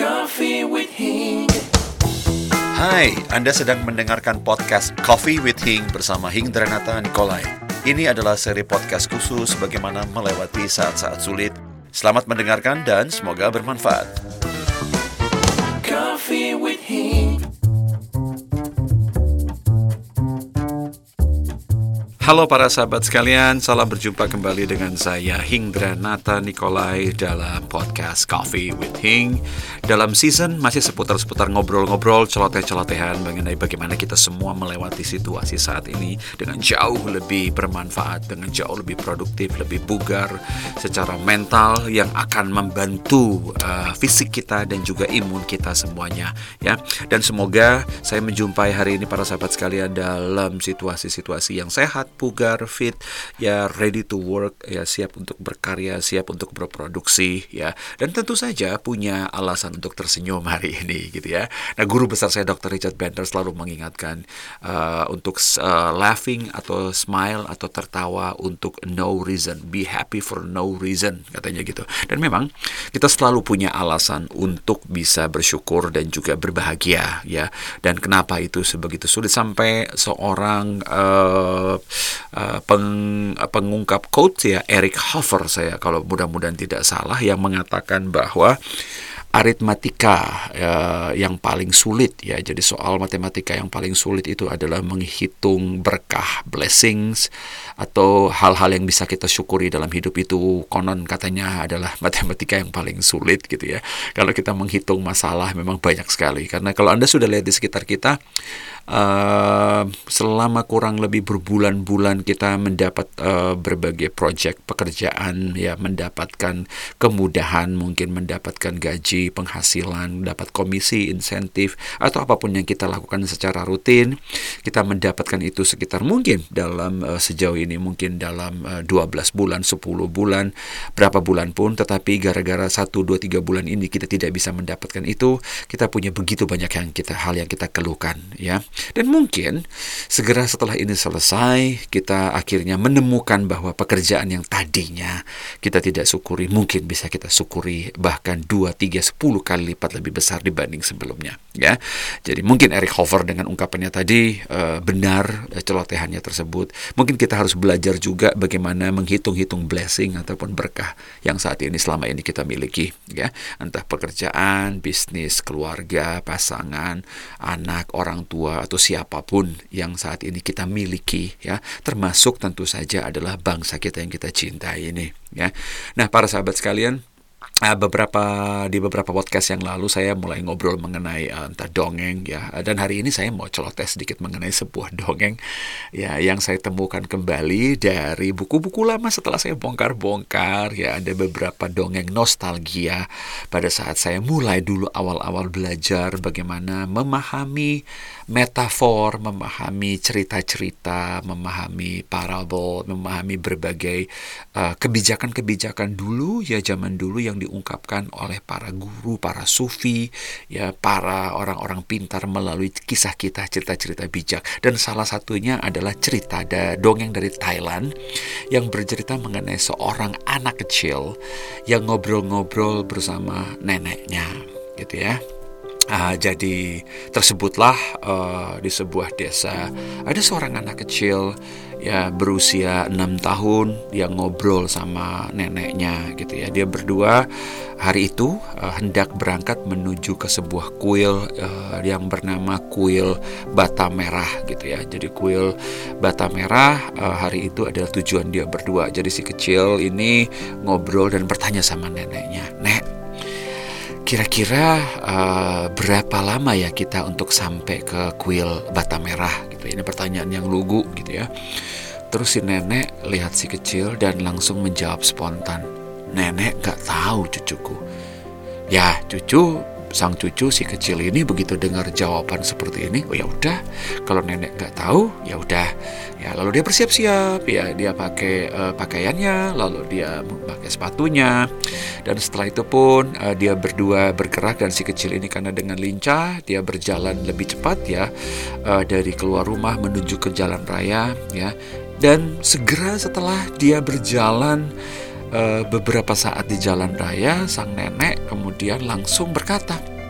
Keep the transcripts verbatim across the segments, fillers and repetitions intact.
Coffee with Hing. Hai, Anda sedang mendengarkan podcast Coffee with Hing bersama Hing Dranata Nikolai. Ini adalah seri podcast khusus bagaimana melewati saat-saat sulit. Selamat mendengarkan dan semoga bermanfaat. Coffee with Hing. Halo para sahabat sekalian, salam berjumpa kembali dengan saya Hing Dranata Nikolai dalam podcast Coffee with Hing. Dalam season masih seputar-seputar ngobrol-ngobrol, celoteh-celotehan mengenai bagaimana kita semua melewati situasi saat ini dengan jauh lebih bermanfaat, dengan jauh lebih produktif, lebih bugar secara mental yang akan membantu uh, fisik kita dan juga imun kita semuanya, ya. Dan semoga saya menjumpai hari ini para sahabat sekalian dalam situasi-situasi yang sehat, bugar, fit, ya, ready to work, ya, siap untuk berkarya, siap untuk berproduksi, ya, dan tentu saja punya alasan untuk tersenyum hari ini, gitu ya. Nah, guru besar saya dokter Richard Bender selalu mengingatkan uh, untuk uh, laughing atau smile atau tertawa untuk no reason, be happy for no reason, katanya gitu. Dan memang kita selalu punya alasan untuk bisa bersyukur dan juga berbahagia, ya. Dan kenapa itu sebegitu sulit sampai seorang uh, Uh, peng, pengungkap quote ya Eric Hoffer, saya kalau mudah-mudahan tidak salah, yang mengatakan bahwa aritmatika uh, yang paling sulit, ya, jadi soal matematika yang paling sulit itu adalah menghitung berkah, blessings, atau hal-hal yang bisa kita syukuri dalam hidup itu konon katanya adalah matematika yang paling sulit, gitu ya. Kalau kita menghitung masalah memang banyak sekali, karena kalau Anda sudah lihat di sekitar kita, Uh, selama kurang lebih berbulan-bulan kita mendapat uh, berbagai proyek pekerjaan, ya, mendapatkan kemudahan, mungkin mendapatkan gaji, penghasilan, dapat komisi, insentif, atau apapun yang kita lakukan secara rutin, kita mendapatkan itu sekitar mungkin dalam uh, sejauh ini mungkin dalam uh, dua belas bulan, sepuluh bulan, berapa bulan pun, tetapi gara-gara satu, dua, tiga bulan ini kita tidak bisa mendapatkan itu, kita punya begitu banyak yang kita hal yang kita keluhkan, ya. Dan mungkin segera setelah ini selesai, kita akhirnya menemukan bahwa pekerjaan yang tadinya kita tidak syukuri, mungkin bisa kita syukuri bahkan dua, tiga, sepuluh kali lipat lebih besar dibanding sebelumnya, ya. Jadi mungkin Eric Hoffer dengan ungkapannya tadi uh, benar, uh, celotehannya tersebut. Mungkin kita harus belajar juga bagaimana menghitung-hitung blessing ataupun berkah yang saat ini selama ini kita miliki, ya. Entah pekerjaan, bisnis, keluarga, pasangan, anak, orang tua, atau siapapun yang saat ini kita miliki, ya, termasuk tentu saja adalah bangsa kita yang kita cintai ini, ya. Nah, para sahabat sekalian, Uh, beberapa di beberapa podcast yang lalu saya mulai ngobrol mengenai uh, entah dongeng, ya, dan hari ini saya mau celoteh sedikit mengenai sebuah dongeng, ya, yang saya temukan kembali dari buku-buku lama setelah saya bongkar-bongkar, ya. Ada beberapa dongeng nostalgia pada saat saya mulai dulu awal-awal belajar bagaimana memahami metafor, memahami cerita-cerita, memahami parabel, memahami berbagai uh, kebijakan-kebijakan dulu, ya, zaman dulu yang diungkapkan oleh para guru, para sufi, ya, para orang-orang pintar melalui kisah kita, cerita-cerita bijak. Dan salah satunya adalah cerita da, dongeng dari Thailand yang bercerita mengenai seorang anak kecil yang ngobrol-ngobrol bersama neneknya, gitu ya. Uh, jadi tersebutlah uh, di sebuah desa ada seorang anak kecil, ya, berusia enam tahun yang ngobrol sama neneknya, gitu ya. Dia berdua hari itu uh, hendak berangkat menuju ke sebuah kuil uh, yang bernama kuil Bata Merah, gitu ya. Jadi kuil Bata Merah uh, hari itu adalah tujuan dia berdua. Jadi si kecil ini ngobrol dan bertanya sama neneknya, "Nek, kira-kira uh, berapa lama ya kita untuk sampai ke kuil Bata Merah?" Gitu. Ini pertanyaan yang lugu, gitu ya. Terus si nenek lihat si kecil dan langsung menjawab spontan, "Nenek gak tahu, cucuku." Ya, cucu sang cucu si kecil ini begitu dengar jawaban seperti ini, oh ya udah, kalau nenek nggak tahu, ya udah, ya lalu dia bersiap-siap, ya dia pakai uh, pakaiannya, lalu dia pakai sepatunya, dan setelah itu pun uh, dia berdua bergerak, dan si kecil ini karena dengan lincah dia berjalan lebih cepat, ya, uh, dari keluar rumah menuju ke jalan raya, ya, dan segera setelah dia berjalan Uh, beberapa saat di jalan raya, sang nenek kemudian langsung berkata,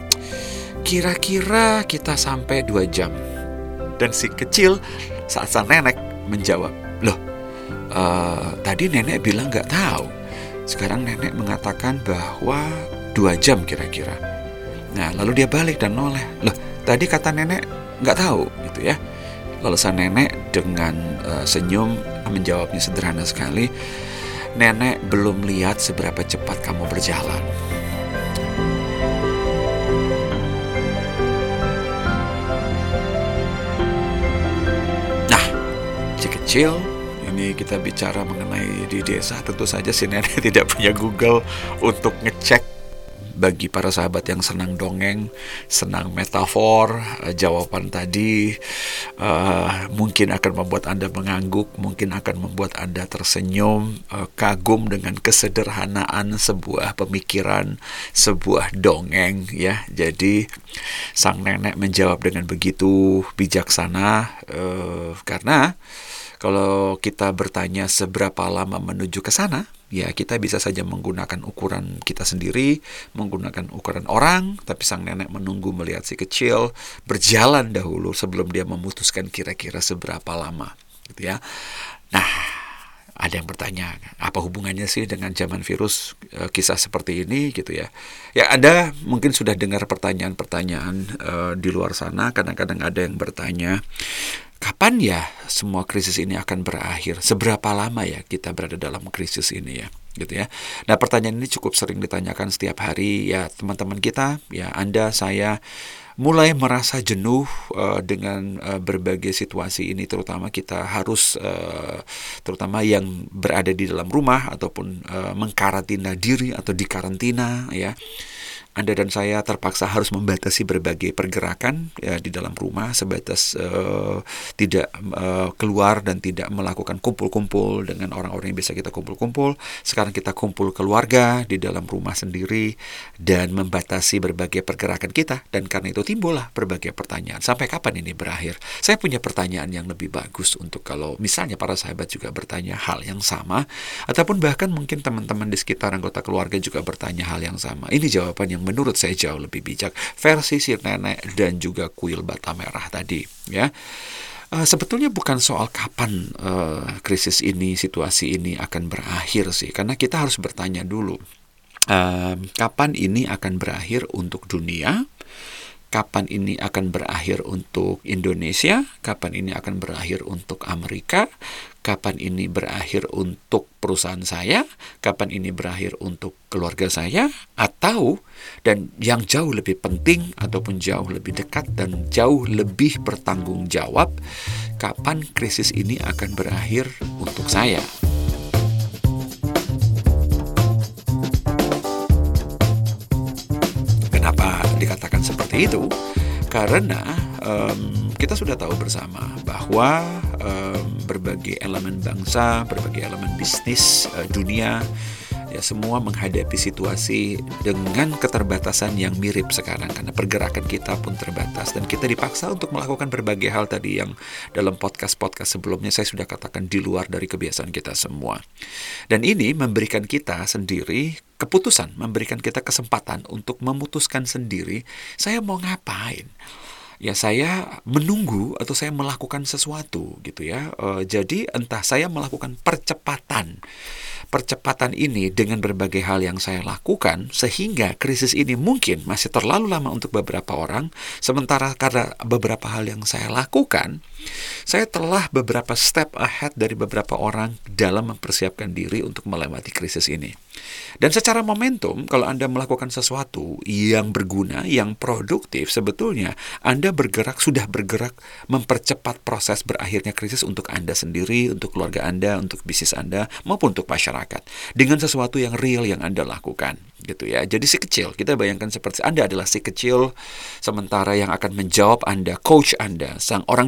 kira-kira kita sampai dua jam. Dan si kecil saat sang nenek menjawab, loh, uh, tadi nenek bilang gak tahu. Sekarang nenek mengatakan bahwa dua jam kira-kira. Nah, lalu dia balik dan noleh, loh, tadi kata nenek gak tahu gitu ya. Lalu sang nenek dengan uh, senyum menjawabnya sederhana sekali, nenek belum lihat seberapa cepat kamu berjalan. Nah, si kecil, ini kita bicara mengenai di desa, tentu saja si nenek tidak punya Google untuk ngecek. Bagi para sahabat yang senang dongeng, senang metafor, uh, jawaban tadi uh, mungkin akan membuat Anda mengangguk, mungkin akan membuat Anda tersenyum, uh, kagum dengan kesederhanaan sebuah pemikiran, sebuah dongeng ya. Jadi sang nenek menjawab dengan begitu bijaksana uh, karena kalau kita bertanya seberapa lama menuju ke sana, ya kita bisa saja menggunakan ukuran kita sendiri, menggunakan ukuran orang, tapi sang nenek menunggu melihat si kecil berjalan dahulu sebelum dia memutuskan kira-kira seberapa lama, gitu ya. Nah, ada yang bertanya, apa hubungannya sih dengan zaman virus, e, kisah seperti ini gitu ya. Ya Anda mungkin sudah dengar pertanyaan-pertanyaan e, di luar sana, kadang-kadang ada yang bertanya, kapan ya semua krisis ini akan berakhir? Seberapa lama ya kita berada dalam krisis ini ya? Gitu ya. Nah, pertanyaan ini cukup sering ditanyakan setiap hari ya teman-teman kita, ya Anda, saya mulai merasa jenuh uh, dengan uh, berbagai situasi ini, terutama kita harus uh, terutama yang berada di dalam rumah ataupun uh, mengkarantina diri atau dikarantina ya. Anda dan saya terpaksa harus membatasi berbagai pergerakan ya, di dalam rumah, sebatas uh, tidak uh, keluar dan tidak melakukan kumpul-kumpul dengan orang-orang yang biasa kita kumpul-kumpul. Sekarang kita kumpul keluarga di dalam rumah sendiri dan membatasi berbagai pergerakan kita. Dan karena itu timbullah berbagai pertanyaan. Sampai kapan ini berakhir? Saya punya pertanyaan yang lebih bagus untuk kalau misalnya para sahabat juga bertanya hal yang sama, ataupun bahkan mungkin teman-teman di sekitar anggota keluarga juga bertanya hal yang sama. Ini jawaban yang menurut saya jauh lebih bijak, versi si nenek dan juga kuil bata merah tadi ya. Uh, sebetulnya bukan soal kapan uh, krisis ini, situasi ini akan berakhir sih, karena kita harus bertanya dulu, uh, kapan ini akan berakhir untuk dunia, kapan ini akan berakhir untuk Indonesia, kapan ini akan berakhir untuk Amerika, kapan ini berakhir untuk perusahaan saya, kapan ini berakhir untuk keluarga saya, atau, dan yang jauh lebih penting ataupun jauh lebih dekat dan jauh lebih bertanggung jawab, kapan krisis ini akan berakhir untuk saya. Kenapa dikatakan seperti itu? Karena um, kita sudah tahu bersama bahwa um, berbagai elemen bangsa, berbagai elemen bisnis uh, dunia, ya semua menghadapi situasi dengan keterbatasan yang mirip sekarang, karena pergerakan kita pun terbatas dan kita dipaksa untuk melakukan berbagai hal tadi yang dalam podcast-podcast sebelumnya saya sudah katakan di luar dari kebiasaan kita semua. Dan ini memberikan kita sendiri keputusan, memberikan kita kesempatan untuk memutuskan sendiri, saya mau ngapain? Ya saya menunggu atau saya melakukan sesuatu gitu ya. E, jadi entah saya melakukan percepatan Percepatan ini dengan berbagai hal yang saya lakukan, sehingga krisis ini mungkin masih terlalu lama untuk beberapa orang, sementara karena beberapa hal yang saya lakukan, saya telah beberapa step ahead dari beberapa orang dalam mempersiapkan diri untuk melewati krisis ini. Dan secara momentum, kalau Anda melakukan sesuatu yang berguna, yang produktif, sebetulnya Anda bergerak, sudah bergerak mempercepat proses berakhirnya krisis untuk Anda sendiri, untuk keluarga Anda, untuk bisnis Anda, maupun untuk masyarakat. Dengan sesuatu yang real yang Anda lakukan, gitu ya. Jadi si kecil, kita bayangkan seperti Anda adalah si kecil, sementara yang akan menjawab Anda, coach Anda, sang orang bijak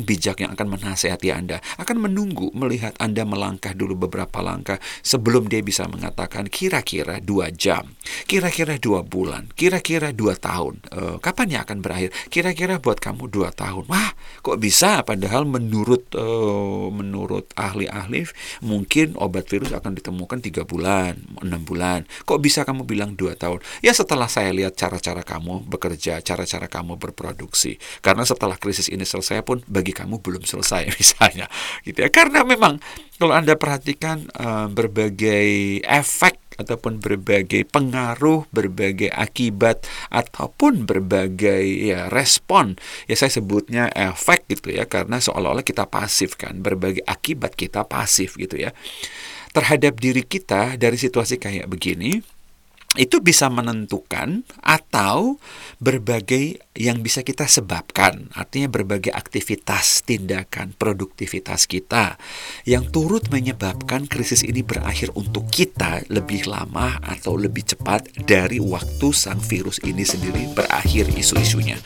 yang akan menasehati Anda, akan menunggu melihat Anda melangkah dulu beberapa langkah sebelum dia bisa mengatakan kira-kira dua jam, kira-kira dua bulan, kira-kira dua tahun. Uh, kapan yang akan berakhir? Kira-kira buat kamu dua tahun. Wah, kok bisa? Padahal menurut uh, menurut ahli-ahli mungkin obat virus akan ditemukan tiga bulan, enam bulan. Kok bisa kamu bilang dua tahun? Ya setelah saya lihat cara-cara kamu bekerja, cara-cara kamu berproduksi. Karena setelah krisis ini selesai pun bagi kamu belum selesai misalnya, gitu ya. Karena memang kalau Anda perhatikan uh, berbagai efek ataupun berbagai pengaruh, berbagai akibat ataupun berbagai ya respon, ya saya sebutnya efek gitu ya, karena seolah-olah kita pasif kan, berbagai akibat kita pasif gitu ya terhadap diri kita dari situasi kayak begini. Itu bisa menentukan atau berbagai yang bisa kita sebabkan. Artinya berbagai aktivitas, tindakan, produktivitas kita yang turut menyebabkan krisis ini berakhir untuk kita lebih lama atau lebih cepat dari waktu sang virus ini sendiri berakhir isu-isunya.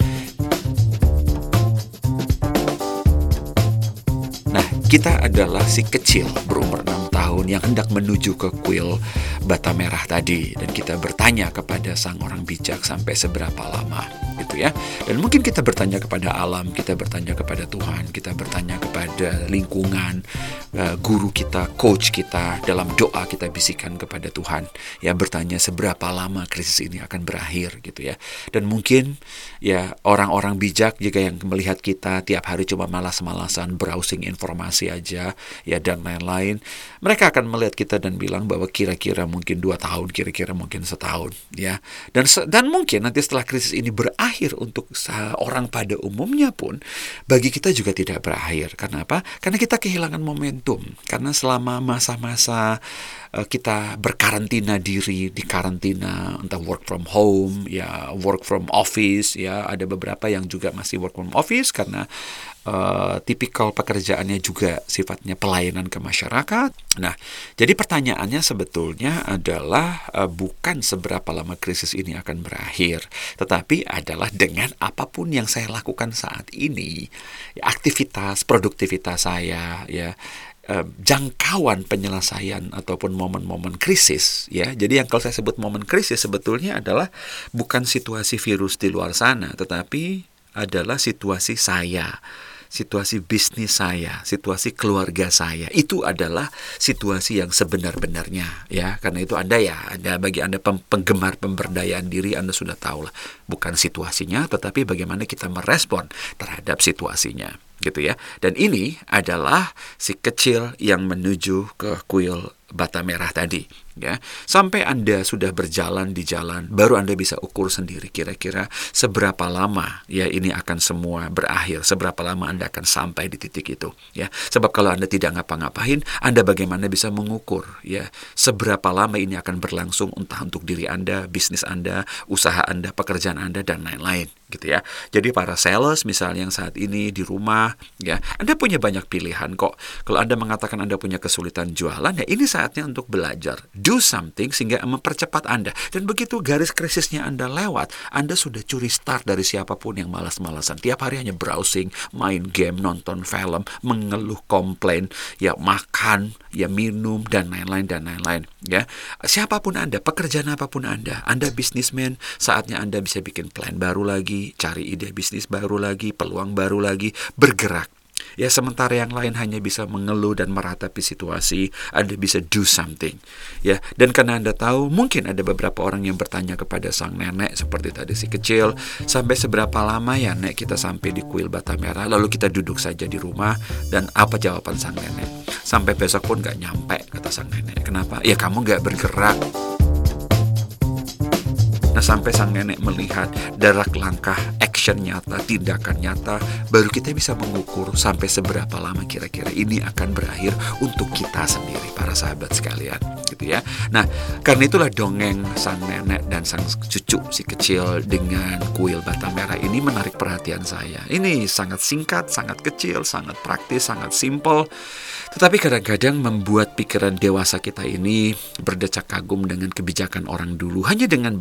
Nah, kita adalah si kecil berumur enam tahun yang hendak menuju ke kuil bata merah tadi, dan kita bertanya kepada sang orang bijak sampai seberapa lama gitu ya. Dan mungkin kita bertanya kepada alam, kita bertanya kepada Tuhan, kita bertanya kepada lingkungan, guru kita, coach kita, dalam doa kita bisikan kepada Tuhan ya, bertanya seberapa lama krisis ini akan berakhir gitu ya. Dan mungkin ya orang-orang bijak juga yang melihat kita tiap hari cuma malas-malasan browsing informasi aja ya dan lain-lain, mereka akan melihat kita dan bilang bahwa kira-kira mungkin dua tahun, kira-kira mungkin setahun ya. Dan dan mungkin nanti setelah krisis ini berakhir untuk orang pada umumnya pun bagi kita juga tidak berakhir. Karena apa? Karena kita kehilangan momentum. Karena selama masa-masa uh, kita berkarantina diri, di karantina entah work from home ya, work from office ya, ada beberapa yang juga masih work from office karena Uh, tipikal pekerjaannya juga sifatnya pelayanan ke masyarakat. Nah, jadi pertanyaannya sebetulnya adalah uh, bukan seberapa lama krisis ini akan berakhir, tetapi adalah dengan apapun yang saya lakukan saat ini, ya, aktivitas, produktivitas saya, ya, uh, jangkauan penyelesaian ataupun momen-momen krisis, ya. Jadi yang kalau saya sebut momen krisis sebetulnya adalah bukan situasi virus di luar sana, tetapi adalah situasi saya, situasi bisnis saya, situasi keluarga saya. Itu adalah situasi yang sebenar-benarnya ya. Karena itu Anda ya, Anda bagi Anda penggemar pemberdayaan diri, Anda sudah tahu lah, bukan situasinya tetapi bagaimana kita merespon terhadap situasinya gitu ya. Dan ini adalah si kecil yang menuju ke kuil bata merah tadi ya. Sampai Anda sudah berjalan di jalan, baru Anda bisa ukur sendiri kira-kira seberapa lama ya ini akan semua berakhir, seberapa lama Anda akan sampai di titik itu ya. Sebab kalau Anda tidak ngapa-ngapain, Anda bagaimana bisa mengukur ya seberapa lama ini akan berlangsung, entah untuk diri Anda, bisnis Anda, usaha Anda, pekerjaan Anda dan lain-lain gitu ya. Jadi para sales misalnya yang saat ini di rumah ya, Anda punya banyak pilihan kok. Kalau Anda mengatakan Anda punya kesulitan jualan, ya ini saatnya untuk belajar, do something sehingga mempercepat Anda. Dan begitu garis krisisnya Anda lewat, Anda sudah curi start dari siapapun yang malas-malasan. Tiap hari hanya browsing, main game, nonton film, mengeluh, komplain, ya makan, ya minum dan lain-lain dan lain-lain. Ya, siapapun Anda, pekerjaan apapun Anda, Anda bisnismen, saatnya Anda bisa bikin plan baru lagi, cari ide bisnis baru lagi, peluang baru lagi, bergerak. Ya, sementara yang lain hanya bisa mengeluh dan meratapi situasi, Anda bisa do something. Ya, dan karena Anda tahu, mungkin ada beberapa orang yang bertanya kepada sang nenek seperti tadi si kecil, sampai seberapa lama ya nek kita sampai di kuil bata merah? Lalu kita duduk saja di rumah, dan apa jawaban sang nenek? Sampai besok pun gak nyampe, kata sang nenek. Kenapa? Ya kamu gak bergerak. Nah, sampai sang nenek melihat derak langkah, action nyata, tindakan nyata, baru kita bisa mengukur sampai seberapa lama kira-kira ini akan berakhir untuk kita sendiri, para sahabat sekalian, gitu ya. Nah, karena itulah dongeng sang nenek dan sang cucu si kecil dengan kuil bata merah ini menarik perhatian saya. Ini sangat singkat, sangat kecil, sangat praktis, sangat simple, tetapi kadang-kadang membuat pikiran dewasa kita ini berdecak kagum dengan kebijakan orang dulu hanya dengan beberapa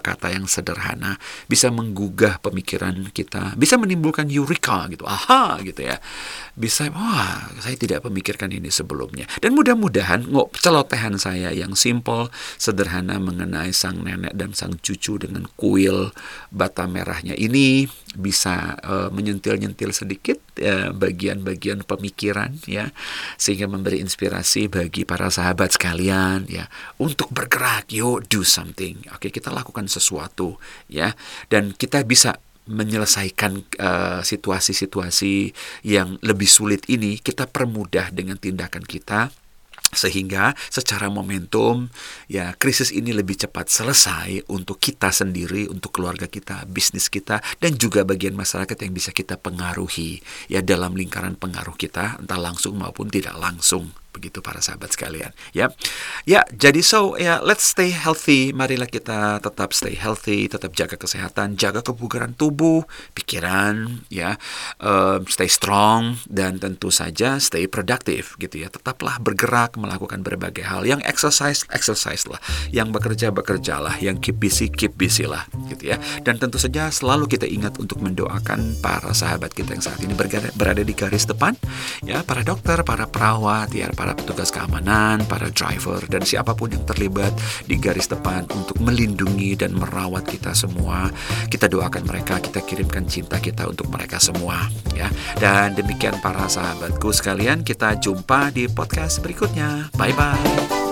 kata-kata yang sederhana bisa menggugah pemikiran kita, bisa menimbulkan eureka gitu, aha gitu ya. Bisa, wah saya tidak memikirkan ini sebelumnya. Dan mudah-mudahan ngok celotehan saya yang simple, sederhana mengenai sang nenek dan sang cucu dengan kuil bata merahnya ini bisa uh, menyentil-nyentil sedikit uh, bagian-bagian pemikiran ya, sehingga memberi inspirasi bagi para sahabat sekalian ya untuk bergerak, yuk do something. Oke, kita lakukan sesuatu ya, dan kita bisa menyelesaikan uh, situasi-situasi yang lebih sulit ini, kita permudah dengan tindakan kita, sehingga secara momentum ya krisis ini lebih cepat selesai untuk kita sendiri, untuk keluarga kita, bisnis kita, dan juga bagian masyarakat yang bisa kita pengaruhi ya dalam lingkaran pengaruh kita, entah langsung maupun tidak langsung. Begitu para sahabat sekalian ya. Ya, jadi so ya let's stay healthy. Marilah kita tetap stay healthy, tetap jaga kesehatan, jaga kebugaran tubuh, pikiran ya, uh, stay strong, dan tentu saja stay productive gitu ya. Tetaplah bergerak, melakukan berbagai hal. Yang exercise, exercise lah. Yang bekerja, bekerjalah. Yang keep busy, keep busy lah gitu ya. Dan tentu saja selalu kita ingat untuk mendoakan para sahabat kita yang saat ini berada, berada di garis depan ya, para dokter, para perawat ya, para petugas keamanan, para driver, dan siapapun yang terlibat di garis depan untuk melindungi dan merawat kita semua. Kita doakan mereka, kita kirimkan cinta kita untuk mereka semua ya. Dan demikian para sahabatku sekalian, kita jumpa di podcast berikutnya. Bye bye.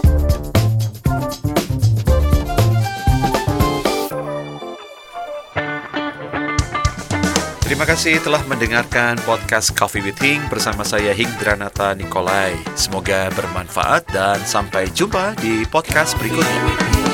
Terima kasih telah mendengarkan podcast Coffee with Hing bersama saya Hingdranata Nikolai. Semoga bermanfaat dan sampai jumpa di podcast berikutnya.